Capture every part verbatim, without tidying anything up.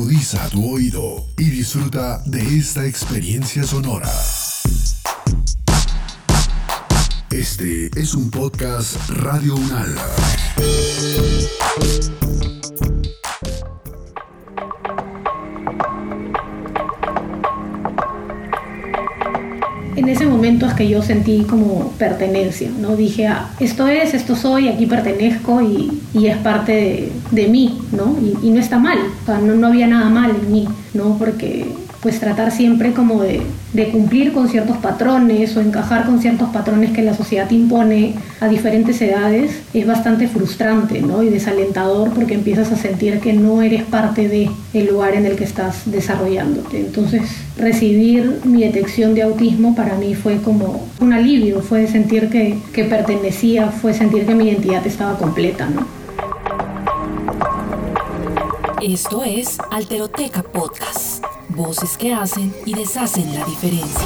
Agudiza tu oído y disfruta de esta experiencia sonora. Este es un podcast Radio Unal. En ese momento es que yo sentí como pertenencia, ¿no? Dije, ah, esto es, esto soy, aquí pertenezco y, y es parte de, de mí, ¿no? Y, y no está mal, o sea, no, no había nada mal en mí, ¿no? Porque pues tratar siempre como de, de cumplir con ciertos patrones o encajar con ciertos patrones que la sociedad te impone a diferentes edades es bastante frustrante, ¿no? Y desalentador porque empiezas a sentir que no eres parte del lugar en el que estás desarrollándote. Entonces, recibir mi detección de autismo para mí fue como un alivio, fue sentir que, que pertenecía, fue sentir que mi identidad estaba completa, ¿no? Esto es Alteroteca Podcast. Voces que hacen y deshacen la diferencia.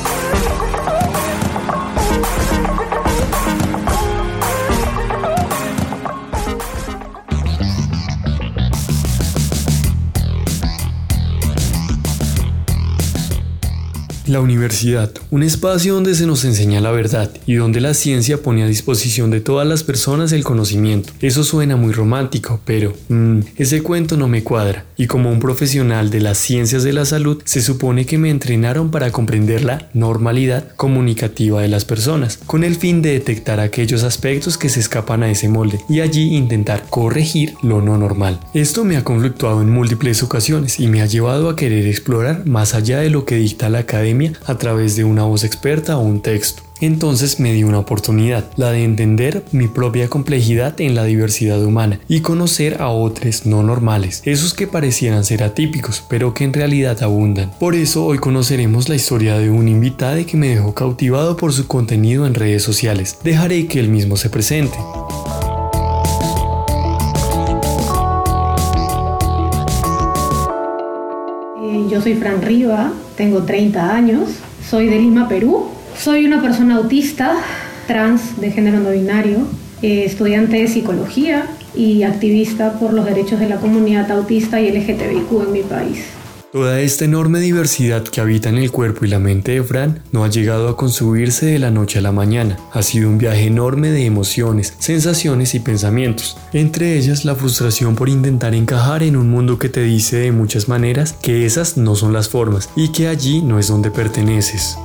La universidad, un espacio donde se nos enseña la verdad y donde la ciencia pone a disposición de todas las personas el conocimiento. Eso suena muy romántico, pero mmm, ese cuento no me cuadra. Y como un profesional de las ciencias de la salud, se supone que me entrenaron para comprender la normalidad comunicativa de las personas, con el fin de detectar aquellos aspectos que se escapan a ese molde y allí intentar corregir lo no normal. Esto me ha conflictuado en múltiples ocasiones y me ha llevado a querer explorar más allá de lo que dicta la academia a través de una voz experta o un texto. Entonces me di una oportunidad, la de entender mi propia complejidad en la diversidad humana y conocer a otros no normales, esos que parecieran ser atípicos, pero que en realidad abundan. Por eso hoy conoceremos la historia de un invitado que me dejó cautivado por su contenido en redes sociales. Dejaré que él mismo se presente. Yo soy Fran Riva, tengo treinta años, soy de Lima, Perú. Soy una persona autista, trans, de género no binario, eh, estudiante de psicología y activista por los derechos de la comunidad autista y L G T B I Q en mi país. Toda esta enorme diversidad que habita en el cuerpo y la mente de Fran no ha llegado a construirse de la noche a la mañana. Ha sido un viaje enorme de emociones, sensaciones y pensamientos. Entre ellas la frustración por intentar encajar en un mundo que te dice de muchas maneras que esas no son las formas y que allí no es donde perteneces.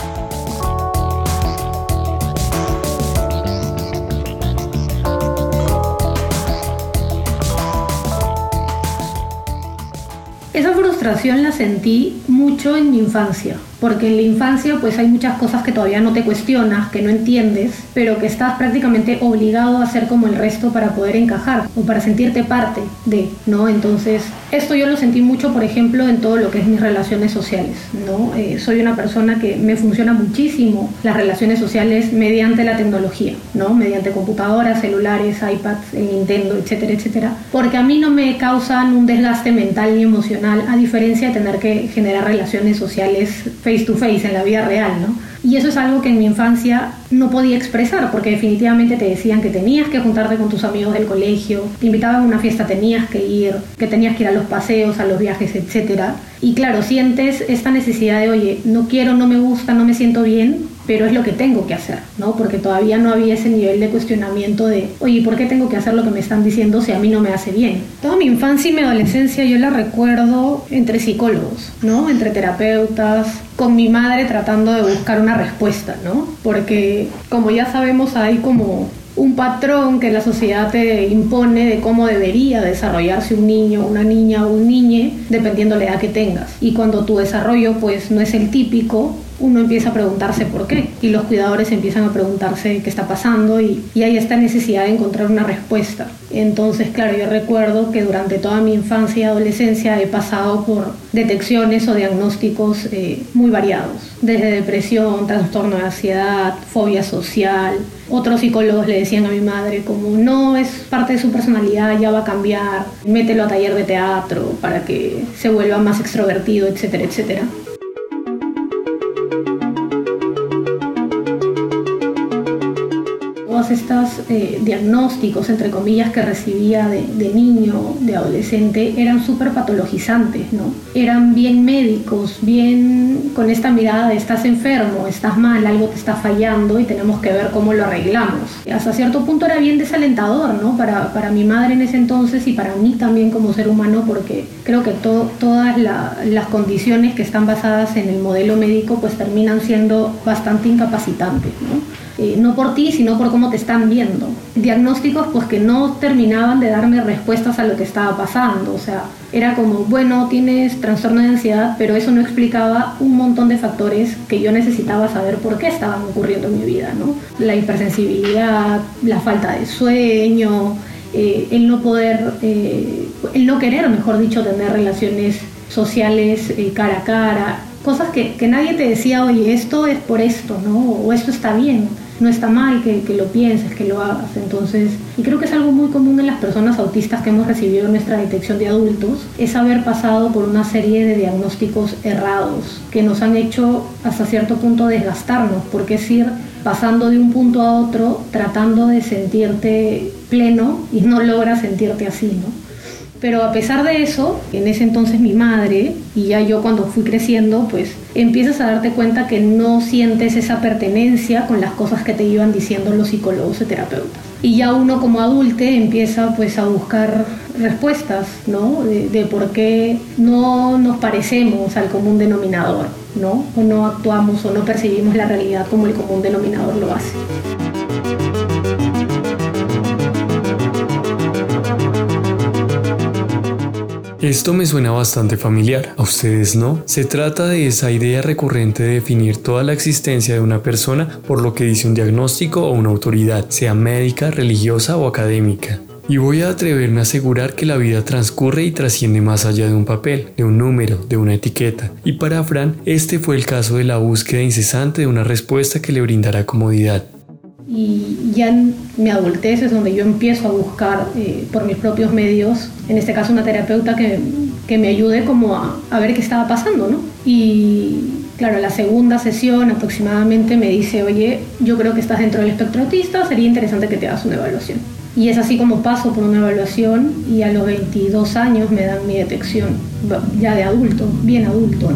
Esa frustración la sentí mucho en mi infancia, porque en la infancia pues hay muchas cosas que todavía no te cuestionas, que no entiendes, pero que estás prácticamente obligado a hacer como el resto para poder encajar o para sentirte parte de, ¿no? Entonces, esto yo lo sentí mucho, por ejemplo, en todo lo que es mis relaciones sociales, ¿no? Eh, soy una persona que me funciona muchísimo las relaciones sociales mediante la tecnología, ¿no? Mediante computadoras, celulares, iPads, el Nintendo, etcétera, etcétera, porque a mí no me causan un desgaste mental ni emocional, a diferencia de tener que generar relaciones sociales face to face en la vida real, ¿no? Y eso es algo que en mi infancia no podía expresar, porque definitivamente te decían que tenías que juntarte con tus amigos del colegio, te invitaban a una fiesta, tenías que ir, que tenías que ir a los paseos, a los viajes, etcétera. Y claro, sientes esta necesidad de, oye, no quiero, no me gusta, no me siento bien, pero es lo que tengo que hacer, ¿no? Porque todavía no había ese nivel de cuestionamiento de, oye, ¿por qué tengo que hacer lo que me están diciendo si a mí no me hace bien? Toda mi infancia y mi adolescencia yo la recuerdo entre psicólogos, ¿no? Entre terapeutas, con mi madre tratando de buscar una respuesta, ¿no? Porque, como ya sabemos, hay como un patrón que la sociedad te impone de cómo debería desarrollarse un niño, una niña o un niñe, dependiendo de la edad que tengas. Y cuando tu desarrollo pues no es el típico, uno empieza a preguntarse por qué, y los cuidadores empiezan a preguntarse qué está pasando, y, y hay esta necesidad de encontrar una respuesta. Entonces, claro, yo recuerdo que durante toda mi infancia y adolescencia he pasado por detecciones o diagnósticos eh, muy variados, desde depresión, trastorno de ansiedad, fobia social. Otros psicólogos le decían a mi madre como, no, es parte de su personalidad, ya va a cambiar, mételo a taller de teatro para que se vuelva más extrovertido, etcétera, etcétera. todos estos eh, diagnósticos, entre comillas, que recibía de, de niño, de adolescente, eran súper patologizantes, ¿no? Eran bien médicos, bien con esta mirada de estás enfermo, estás mal, algo te está fallando y tenemos que ver cómo lo arreglamos. Hasta cierto punto era bien desalentador, ¿no? Para, para mi madre en ese entonces y para mí también como ser humano, porque creo que to, todas la, las condiciones que están basadas en el modelo médico pues terminan siendo bastante incapacitantes, ¿no? Eh, no por ti, sino por cómo te están viendo. Diagnósticos pues que no terminaban de darme respuestas a lo que estaba pasando, o sea, era como, bueno, tienes trastorno de ansiedad, pero eso no explicaba un montón de factores que yo necesitaba saber por qué estaban ocurriendo en mi vida, ¿no? La hipersensibilidad, la falta de sueño, eh, el no poder, eh, el no querer, mejor dicho, tener relaciones sociales eh, cara a cara, cosas que, que nadie te decía, oye, esto es por esto, ¿no? O esto está bien, no está mal que, que lo pienses, que lo hagas. Entonces, y creo que es algo muy común en las personas autistas que hemos recibido nuestra detección de adultos, es haber pasado por una serie de diagnósticos errados que nos han hecho hasta cierto punto desgastarnos, porque es ir pasando de un punto a otro tratando de sentirte pleno y no logras sentirte así, ¿no? Pero a pesar de eso, en ese entonces mi madre, y ya yo cuando fui creciendo, pues empiezas a darte cuenta que no sientes esa pertenencia con las cosas que te iban diciendo los psicólogos y terapeutas. Y ya uno como adulte empieza pues a buscar respuestas, ¿no? De, de por qué no nos parecemos al común denominador, ¿no? O no actuamos o no percibimos la realidad como el común denominador lo hace. Esto me suena bastante familiar, ¿a ustedes no? Se trata de esa idea recurrente de definir toda la existencia de una persona por lo que dice un diagnóstico o una autoridad, sea médica, religiosa o académica. Y voy a atreverme a asegurar que la vida transcurre y trasciende más allá de un papel, de un número, de una etiqueta. Y para Fran, este fue el caso de la búsqueda incesante de una respuesta que le brindará comodidad. Y ya en mi adultez es donde yo empiezo a buscar eh, por mis propios medios, en este caso una terapeuta que, que me ayude como a, a ver qué estaba pasando, ¿no? Y claro, la segunda sesión aproximadamente me dice, oye, yo creo que estás dentro del espectro autista, sería interesante que te hagas una evaluación. Y es así como paso por una evaluación y a los veintidós años me dan mi detección, ya de adulto, bien adulto,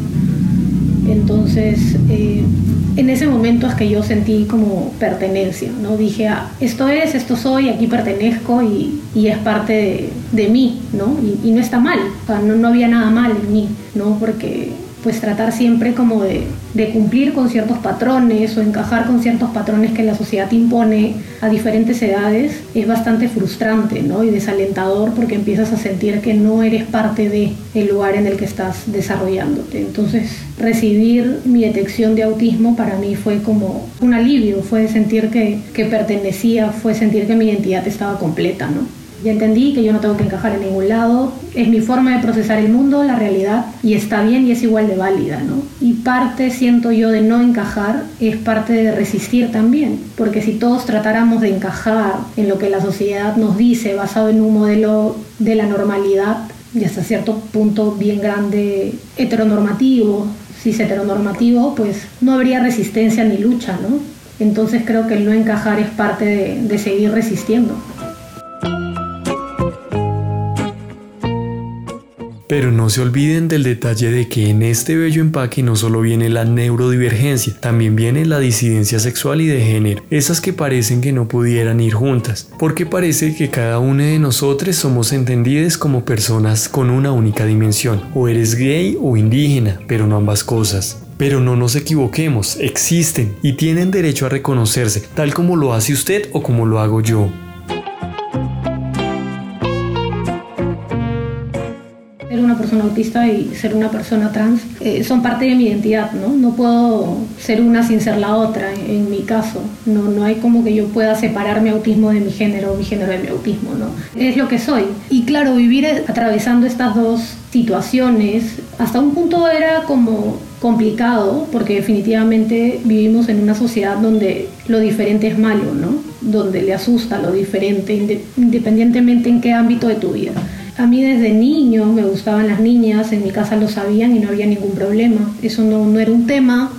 ¿no? Entonces, eh, en ese momento es que yo sentí como pertenencia, ¿no? Dije, ah, esto es, esto soy, aquí pertenezco y, y es parte de, de mí, ¿no? Y, y no está mal, o sea, no, no había nada mal en mí, ¿no? Porque pues tratar siempre como de, de cumplir con ciertos patrones o encajar con ciertos patrones que la sociedad impone a diferentes edades es bastante frustrante, ¿no? Y desalentador porque empiezas a sentir que no eres parte de el lugar en el que estás desarrollándote. Entonces, recibir mi detección de autismo para mí fue como un alivio, fue sentir que, que pertenecía, fue sentir que mi identidad estaba completa, ¿no? Ya entendí que yo no tengo que encajar en ningún lado, es mi forma de procesar el mundo, la realidad, y está bien y es igual de válida, ¿no? Y parte, siento yo, de no encajar es parte de resistir también, porque si todos tratáramos de encajar en lo que la sociedad nos dice basado en un modelo de la normalidad, y hasta cierto punto bien grande heteronormativo, si es heteronormativo, pues no habría resistencia ni lucha, ¿no? Entonces creo que el no encajar es parte de, de seguir resistiendo. Pero no se olviden del detalle de que en este bello empaque no solo viene la neurodivergencia, también viene la disidencia sexual y de género, esas que parecen que no pudieran ir juntas, porque parece que cada uno de nosotros somos entendidos como personas con una única dimensión, o eres gay o indígena, pero no ambas cosas. Pero no nos equivoquemos, existen y tienen derecho a reconocerse, tal como lo hace usted o como lo hago yo. Ser una persona autista y ser una persona trans eh, son parte de mi identidad, ¿no? No puedo ser una sin ser la otra, en, en mi caso. No, no hay como que yo pueda separar mi autismo de mi género o mi género de mi autismo, ¿no? Es lo que soy. Y claro, vivir atravesando estas dos situaciones hasta un punto era como complicado, porque definitivamente vivimos en una sociedad donde lo diferente es malo, ¿no? Donde le asusta lo diferente, independientemente en qué ámbito de tu vida. A mí desde niño me gustaban las niñas, en mi casa lo sabían y no había ningún problema. Eso no, no era un tema,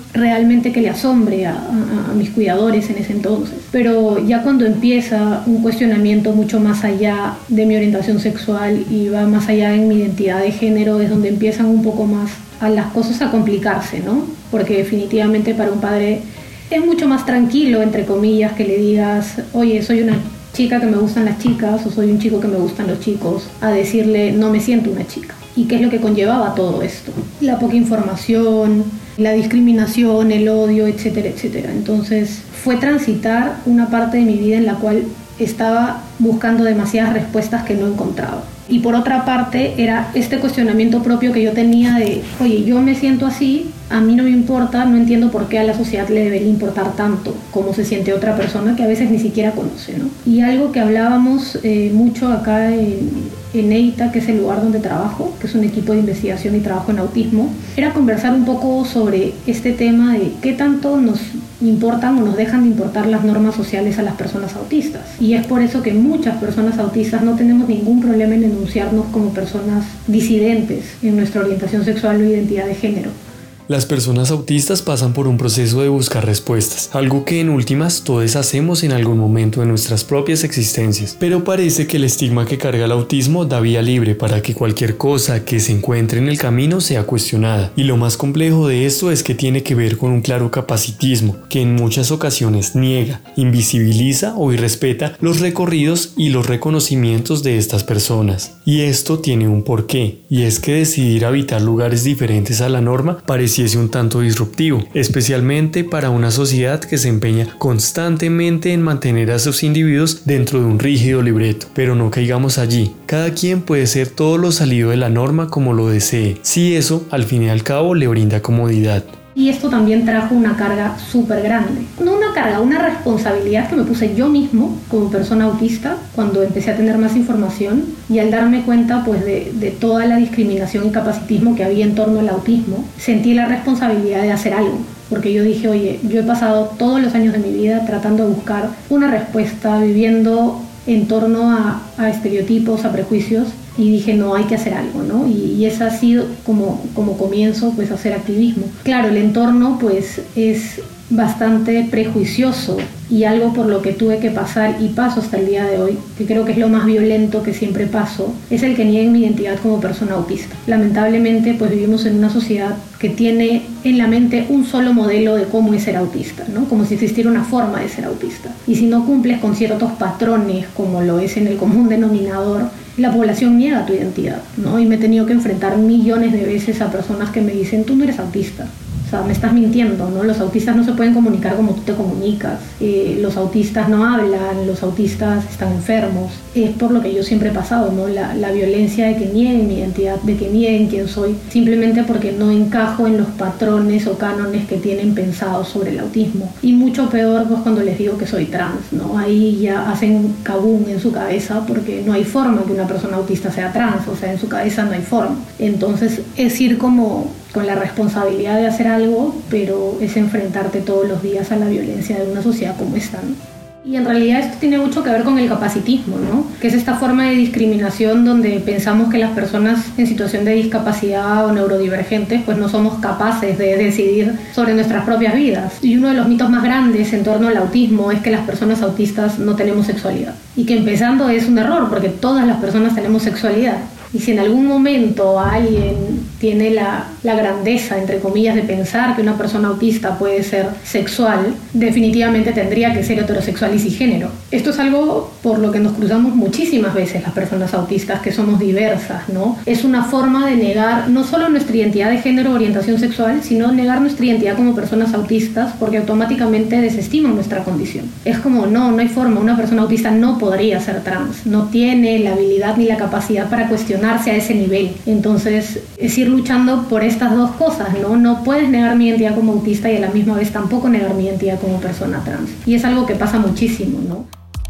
realmente que le asombre a, a, a mis cuidadores en ese entonces. Pero ya cuando empieza un cuestionamiento mucho más allá de mi orientación sexual y va más allá en mi identidad de género, es donde empiezan un poco más a las cosas a complicarse, ¿no? Porque definitivamente para un padre es mucho más tranquilo, entre comillas, que le digas, oye, soy una chica que me gustan las chicas o soy un chico que me gustan los chicos, a decirle, no me siento una chica. ¿Y qué es lo que conllevaba todo esto? La poca información, la discriminación, el odio, etcétera, etcétera. Entonces fue transitar una parte de mi vida en la cual estaba buscando demasiadas respuestas que no encontraba. Y por otra parte era este cuestionamiento propio que yo tenía de, oye, yo me siento así, a mí no me importa, no entiendo por qué a la sociedad le debería importar tanto cómo se siente otra persona que a veces ni siquiera conoce, ¿no? Y algo que hablábamos eh, mucho acá en, en EITA, que es el lugar donde trabajo, que es un equipo de investigación y trabajo en autismo, era conversar un poco sobre este tema de qué tanto nos importan o nos dejan de importar las normas sociales a las personas autistas. Y es por eso que muchas personas autistas no tenemos ningún problema en enunciarnos como personas disidentes en nuestra orientación sexual o identidad de género. Las personas autistas pasan por un proceso de buscar respuestas, algo que en últimas todos hacemos en algún momento de nuestras propias existencias, pero parece que el estigma que carga el autismo da vía libre para que cualquier cosa que se encuentre en el camino sea cuestionada, y lo más complejo de esto es que tiene que ver con un claro capacitismo, que en muchas ocasiones niega, invisibiliza o irrespeta los recorridos y los reconocimientos de estas personas. Y esto tiene un porqué, y es que decidir habitar lugares diferentes a la norma parece es un tanto disruptivo, especialmente para una sociedad que se empeña constantemente en mantener a sus individuos dentro de un rígido libreto. Pero no caigamos allí, cada quien puede ser todo lo salido de la norma como lo desee, si eso al fin y al cabo le brinda comodidad. Y esto también trajo una carga súper grande. No una carga, una responsabilidad que me puse yo mismo como persona autista cuando empecé a tener más información y al darme cuenta pues, de, de toda la discriminación y capacitismo que había en torno al autismo, sentí la responsabilidad de hacer algo. Porque yo dije, oye, yo he pasado todos los años de mi vida tratando de buscar una respuesta, viviendo en torno a, a estereotipos, a prejuicios, y dije, no, hay que hacer algo, ¿no? Y, y ese ha sido como, como comienzo, pues, a hacer activismo. Claro, el entorno, pues, es bastante prejuicioso y algo por lo que tuve que pasar y paso hasta el día de hoy, que creo que es lo más violento que siempre paso, es el que nieguen mi identidad como persona autista. Lamentablemente, pues vivimos en una sociedad que tiene en la mente un solo modelo de cómo es ser autista, ¿no? Como si existiera una forma de ser autista. Y si no cumples con ciertos patrones, como lo es en el común denominador, la población niega tu identidad, ¿no? Y me he tenido que enfrentar millones de veces a personas que me dicen, tú no eres autista. O sea, me estás mintiendo, ¿no? Los autistas no se pueden comunicar como tú te comunicas. Eh, los autistas no hablan, los autistas están enfermos. Es por lo que yo siempre he pasado, ¿no? La, la violencia de que nieguen mi identidad, de que nieguen quién soy, simplemente porque no encajo en los patrones o cánones que tienen pensados sobre el autismo. Y mucho peor, pues, cuando les digo que soy trans, ¿no? Ahí ya hacen un kabum en su cabeza porque no hay forma que una persona autista sea trans, o sea, en su cabeza no hay forma. Entonces, es ir como con la responsabilidad de hacer algo, pero es enfrentarte todos los días a la violencia de una sociedad como esta, ¿no? Y en realidad esto tiene mucho que ver con el capacitismo, ¿no? Que es esta forma de discriminación donde pensamos que las personas en situación de discapacidad o neurodivergentes pues no somos capaces de decidir sobre nuestras propias vidas. Y uno de los mitos más grandes en torno al autismo es que las personas autistas no tenemos sexualidad. Y que empezando es un error, porque todas las personas tenemos sexualidad. Y si en algún momento alguien tiene la, la grandeza, entre comillas, de pensar que una persona autista puede ser sexual, definitivamente tendría que ser heterosexual y cisgénero. Esto es algo por lo que nos cruzamos muchísimas veces las personas autistas, que somos diversas, ¿no? Es una forma de negar no solo nuestra identidad de género o orientación sexual, sino negar nuestra identidad como personas autistas, porque automáticamente desestiman nuestra condición. Es como, no, no hay forma, una persona autista no podría ser trans, no tiene la habilidad ni la capacidad para cuestionar a ese nivel. Entonces es ir luchando por estas dos cosas, ¿no? No puedes negar mi identidad como autista y a la misma vez tampoco negar mi identidad como persona trans. Y es algo que pasa muchísimo, ¿no?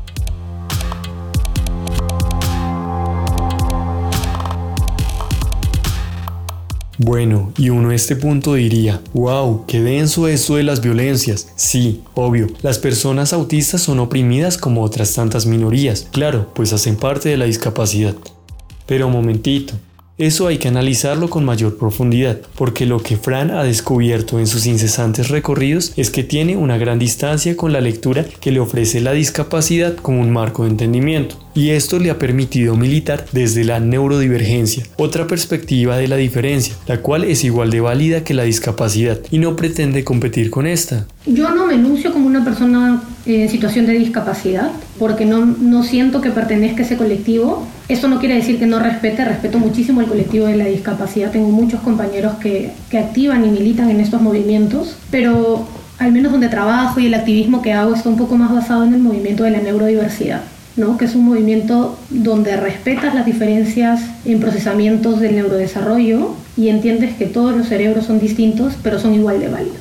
Bueno, y uno a este punto diría, wow, qué denso esto de las violencias. Sí, obvio, las personas autistas son oprimidas como otras tantas minorías, claro, pues hacen parte de la discapacidad. Pero momentito, Eso hay que analizarlo con mayor profundidad, porque lo que Fran ha descubierto en sus incesantes recorridos es que tiene una gran distancia con la lectura que le ofrece la discapacidad como un marco de entendimiento. Y esto le ha permitido militar desde la neurodivergencia, otra perspectiva de la diferencia, la cual es igual de válida que la discapacidad y no pretende competir con esta. Yo no me enuncio como una persona en situación de discapacidad porque no, no siento que pertenezca a ese colectivo. Esto no quiere decir que no respete, respeto muchísimo el colectivo de la discapacidad. Tengo muchos compañeros que, que activan y militan en estos movimientos, pero al menos donde trabajo y el activismo que hago está un poco más basado en el movimiento de la neurodiversidad, ¿no? Que es un movimiento donde respetas las diferencias en procesamientos del neurodesarrollo y entiendes que todos los cerebros son distintos, pero son igual de válidos.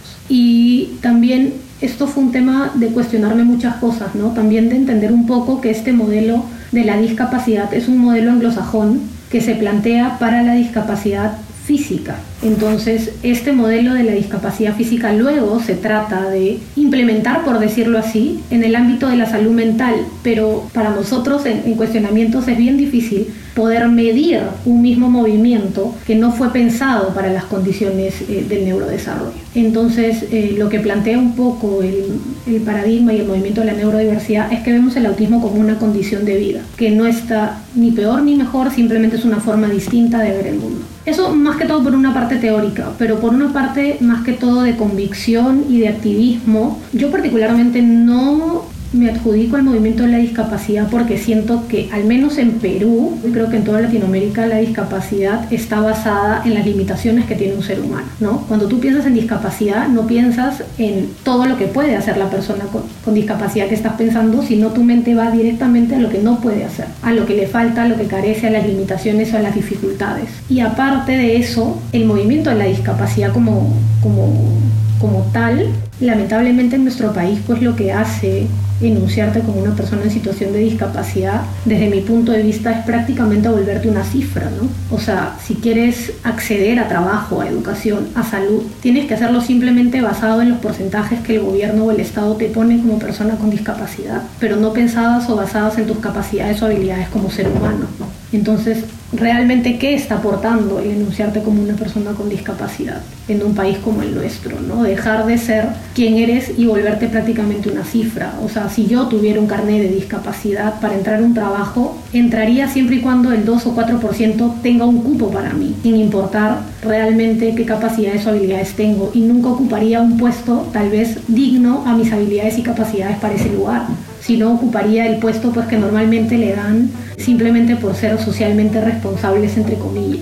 Y también esto fue un tema de cuestionarme muchas cosas, ¿no? También de entender un poco que este modelo de la discapacidad es un modelo anglosajón que se plantea para la discapacidad física. Entonces, este modelo de la discapacidad física luego se trata de implementar, por decirlo así, en el ámbito de la salud mental, pero para nosotros en, en cuestionamientos es bien difícil poder medir un mismo movimiento que no fue pensado para las condiciones eh, del neurodesarrollo. Entonces, eh, lo que plantea un poco el, el paradigma y el movimiento de la neurodiversidad es que vemos el autismo como una condición de vida, que no está ni peor ni mejor, simplemente es una forma distinta de ver el mundo. Eso más que todo por una parte teórica, pero por una parte más que todo de convicción y de activismo. Yo particularmente no me adjudico al movimiento de la discapacidad porque siento que al menos en Perú, y creo que en toda Latinoamérica, la discapacidad está basada en las limitaciones que tiene un ser humano, ¿no? Cuando tú piensas en discapacidad no piensas en todo lo que puede hacer la persona con, con discapacidad que estás pensando, sino tu mente va directamente a lo que no puede hacer, a lo que le falta, a lo que carece, a las limitaciones o a las dificultades. Y aparte de eso, el movimiento de la discapacidad como, como, como tal, lamentablemente en nuestro país, pues lo que hace enunciarte como una persona en situación de discapacidad, desde mi punto de vista, es prácticamente volverte una cifra, ¿no? O sea, si quieres acceder a trabajo, a educación, a salud, tienes que hacerlo simplemente basado en los porcentajes que el gobierno o el Estado te pone como persona con discapacidad, pero no pensadas o basadas en tus capacidades o habilidades como ser humano, ¿no? Entonces, realmente, ¿qué está aportando el enunciarte como una persona con discapacidad en un país como el nuestro, ¿no? Dejar de ser quien eres y volverte prácticamente una cifra. O sea, si yo tuviera un carnet de discapacidad para entrar a un trabajo, entraría siempre y cuando el dos o cuatro por ciento tenga un cupo para mí, sin importar realmente qué capacidades o habilidades tengo, y nunca ocuparía un puesto tal vez digno a mis habilidades y capacidades para ese lugar, sino ocuparía el puesto pues que normalmente le dan simplemente por ser socialmente responsables, entre comillas.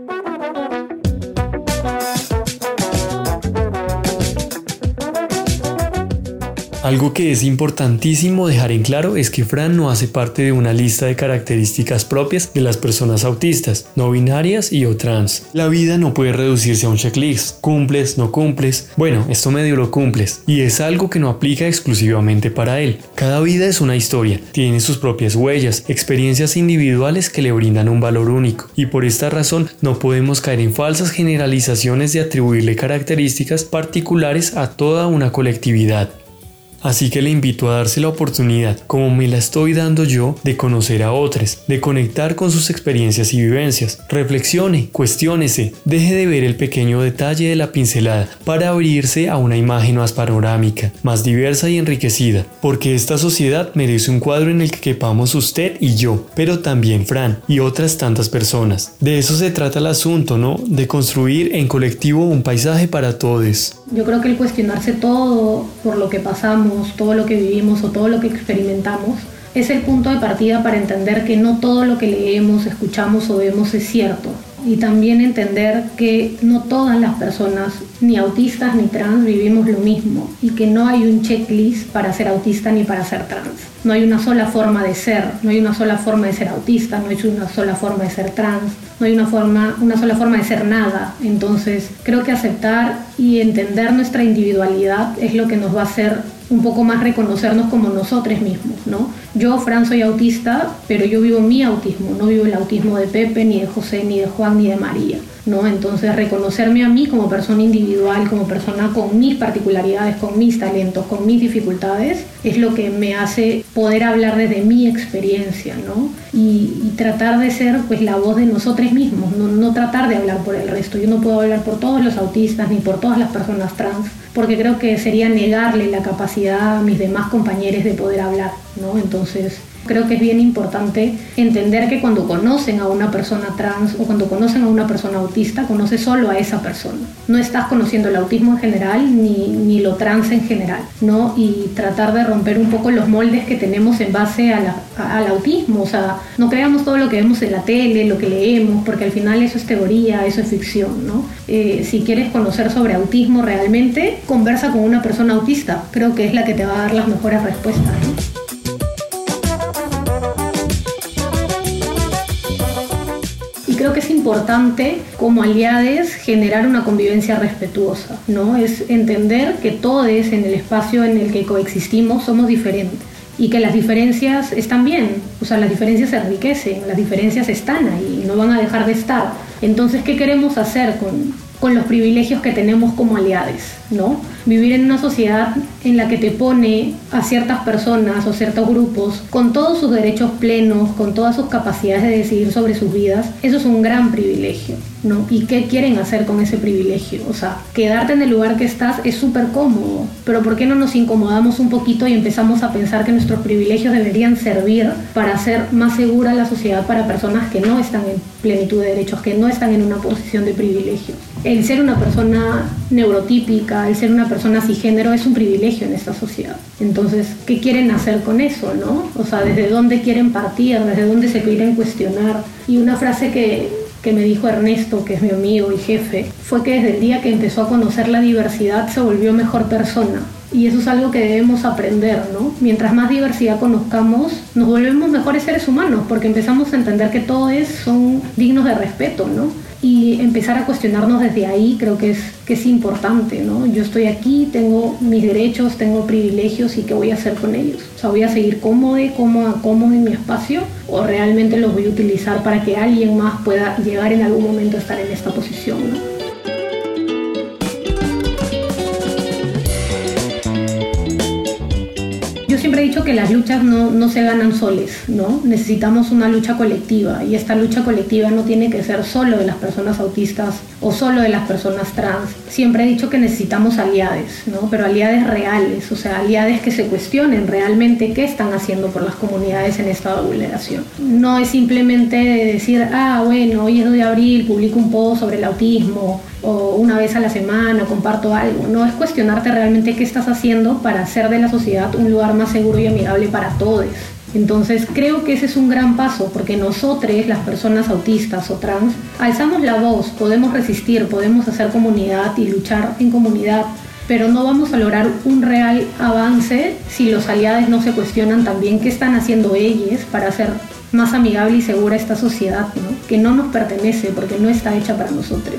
Algo que es importantísimo dejar en claro es que Fran no hace parte de una lista de características propias de las personas autistas, no binarias y o trans. La vida no puede reducirse a un checklist, cumples, no cumples, bueno, esto medio lo cumples, y es algo que no aplica exclusivamente para él. Cada vida es una historia, tiene sus propias huellas, experiencias individuales que le brindan un valor único, y por esta razón no podemos caer en falsas generalizaciones de atribuirle características particulares a toda una colectividad. Así que le invito a darse la oportunidad, como me la estoy dando yo, de conocer a otros, de conectar con sus experiencias y vivencias. Reflexione, cuestiónese, deje de ver el pequeño detalle de la pincelada para abrirse a una imagen más panorámica, más diversa y enriquecida, porque esta sociedad merece un cuadro en el que quepamos usted y yo, pero también Fran y otras tantas personas. De eso se trata el asunto, ¿no? De construir en colectivo un paisaje para todos. Yo creo que el cuestionarse todo por lo que pasamos, todo lo que vivimos o todo lo que experimentamos, es el punto de partida para entender que no todo lo que leemos, escuchamos o vemos es cierto. Y también entender que no todas las personas, ni autistas ni trans, vivimos lo mismo, y que no hay un checklist para ser autista ni para ser trans. No hay una sola forma de ser, no hay una sola forma de ser autista, no hay una sola forma de ser trans, no hay una, forma, una sola forma de ser nada. Entonces, creo que aceptar y entender nuestra individualidad es lo que nos va a hacer un poco más reconocernos como nosotros mismos, ¿no? Yo, Fran, soy autista, pero yo vivo mi autismo, no vivo el autismo de Pepe, ni de José, ni de Juan, ni de María, ¿no? Entonces, reconocerme a mí como persona individual, como persona con mis particularidades, con mis talentos, con mis dificultades, es lo que me hace poder hablar desde mi experiencia, ¿no? Y, y tratar de ser, pues, la voz de nosotros mismos, no, no tratar de hablar por el resto. Yo no puedo hablar por todos los autistas ni por todas las personas trans, porque creo que sería negarle la capacidad a mis demás compañeros de poder hablar, ¿no? Entonces, creo que es bien importante entender que cuando conocen a una persona trans o cuando conocen a una persona autista, conoces solo a esa persona. No estás conociendo el autismo en general ni, ni lo trans en general, ¿no? Y tratar de romper un poco los moldes que tenemos en base a la, a, al autismo. O sea, no creamos todo lo que vemos en la tele, lo que leemos, porque al final eso es teoría, eso es ficción, ¿no? Eh, si quieres conocer sobre autismo realmente, conversa con una persona autista. Creo que es la que te va a dar las mejores respuestas, ¿no? Creo que es importante como aliades generar una convivencia respetuosa, ¿no? Es entender que todos en el espacio en el que coexistimos somos diferentes y que las diferencias están bien, o sea, las diferencias se enriquecen, las diferencias están ahí y no van a dejar de estar. Entonces, ¿qué queremos hacer con, con los privilegios que tenemos como aliades, ¿no? Vivir en una sociedad en la que te pone a ciertas personas o ciertos grupos con todos sus derechos plenos, con todas sus capacidades de decidir sobre sus vidas, eso es un gran privilegio, ¿no? ¿Y qué quieren hacer con ese privilegio? O sea, quedarte en el lugar que estás es súper cómodo, pero ¿por qué no nos incomodamos un poquito y empezamos a pensar que nuestros privilegios deberían servir para hacer más segura la sociedad para personas que no están en plenitud de derechos, que no están en una posición de privilegio? El ser una persona neurotípica, el ser una persona cisgénero es un privilegio en esta sociedad. Entonces, ¿qué quieren hacer con eso, no? O sea, ¿desde dónde quieren partir? ¿Desde dónde se quieren cuestionar? Y una frase que, que me dijo Ernesto, que es mi amigo y jefe, fue que desde el día que empezó a conocer la diversidad se volvió mejor persona. Y eso es algo que debemos aprender, ¿no? Mientras más diversidad conozcamos, nos volvemos mejores seres humanos, porque empezamos a entender que todos son dignos de respeto, ¿no? Y empezar a cuestionarnos desde ahí creo que es, que es importante, ¿no? Yo estoy aquí, tengo mis derechos, tengo privilegios y ¿qué voy a hacer con ellos? O sea, ¿voy a seguir cómodo, cómoda, cómodo en mi espacio o realmente los voy a utilizar para que alguien más pueda llegar en algún momento a estar en esta posición, ¿no? Yo siempre he dicho que las luchas no, no se ganan soles, ¿no? Necesitamos una lucha colectiva y esta lucha colectiva no tiene que ser solo de las personas autistas o solo de las personas trans. Siempre he dicho que necesitamos aliades, ¿no? Pero aliades reales, o sea, aliades que se cuestionen realmente qué están haciendo por las comunidades en estado de vulneración. No es simplemente decir, ah, bueno, hoy es dos de abril, publico un post sobre el autismo, o una vez a la semana comparto algo. No, es cuestionarte realmente qué estás haciendo para hacer de la sociedad un lugar más seguro y amigable para todos. Entonces creo que ese es un gran paso, porque nosotros, las personas autistas o trans, alzamos la voz, podemos resistir, podemos hacer comunidad y luchar en comunidad, pero no vamos a lograr un real avance si los aliados no se cuestionan también qué están haciendo ellos para hacer más amigable y segura esta sociedad, ¿no? Que no nos pertenece porque no está hecha para nosotros.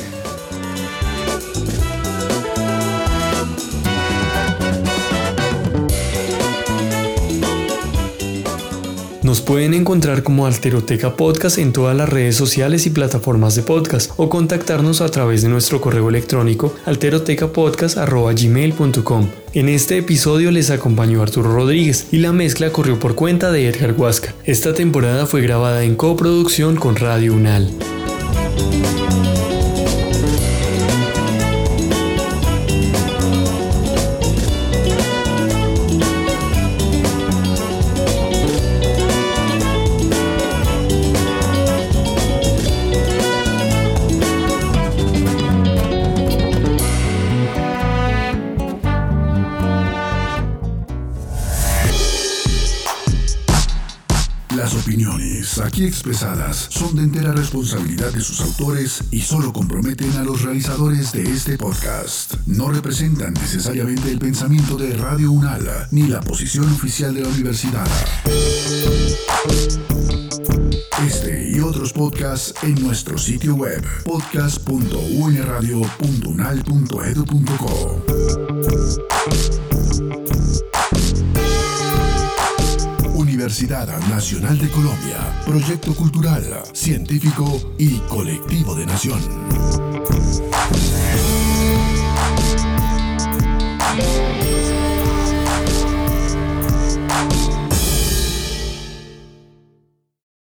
Nos pueden encontrar como Alteroteca Podcast en todas las redes sociales y plataformas de podcast o contactarnos a través de nuestro correo electrónico alterotecapodcast arroba gmail punto com. En este episodio les acompañó Arturo Rodríguez y la mezcla corrió por cuenta de Edgar Huasca. Esta temporada fue grabada en coproducción con Radio UNAL. Las opiniones aquí expresadas son de entera responsabilidad de sus autores y solo comprometen a los realizadores de este podcast. No representan necesariamente el pensamiento de Radio UNAL ni la posición oficial de la universidad. Este y otros podcasts en nuestro sitio web podcast punto u n radio punto unal punto e d u punto co. Universidad Nacional de Colombia, proyecto cultural, científico y colectivo de nación.